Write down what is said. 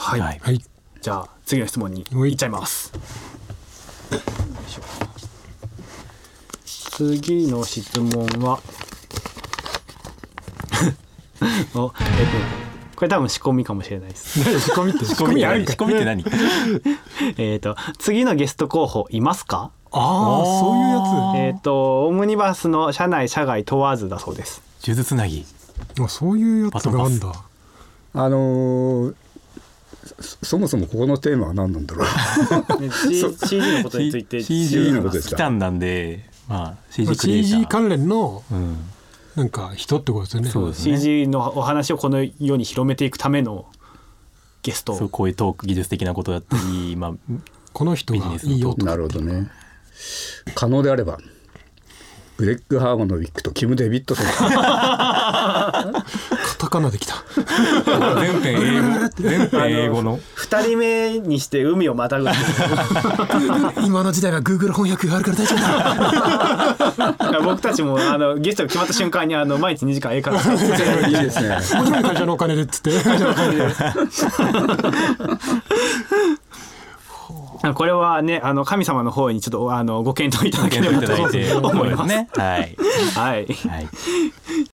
はい、 はいはい、じゃあ次の質問にいっちゃいます。次の質問はこれ多分仕込みかもしれないです。 仕込みって何？ 次のゲスト候補いますか？ そういうやつ。 オムニバスの社内社外問わずだそうです。 数珠つなぎ。 そういうやつがあるんだ。 そもそもここのテーマは何なんだろう。 CG のことについて CG のことですか。 来たんなんで、CG クリエイター、 CG 関連の、なんか人ってことですよね。 そうですね。 CG のお話をこの世に広めていくためのゲスト。 そう、こういうトーク技術的なことだったり、 この人がいいよとか。 なるほどね。可能であればグレッグ・ハーモノウィックとキム・デビッドソン。 カタカナできた。 全編英語の 2人目にして海をまたぐ今の時代は Google 翻訳があるから大丈夫だ。 僕たちもゲストが決まった瞬間に毎日2時間英会話いいですね。 もちろん会社のお金でっつってこれはね神様の方にちょっとご検討いただければと思いますね。 はい、 はい、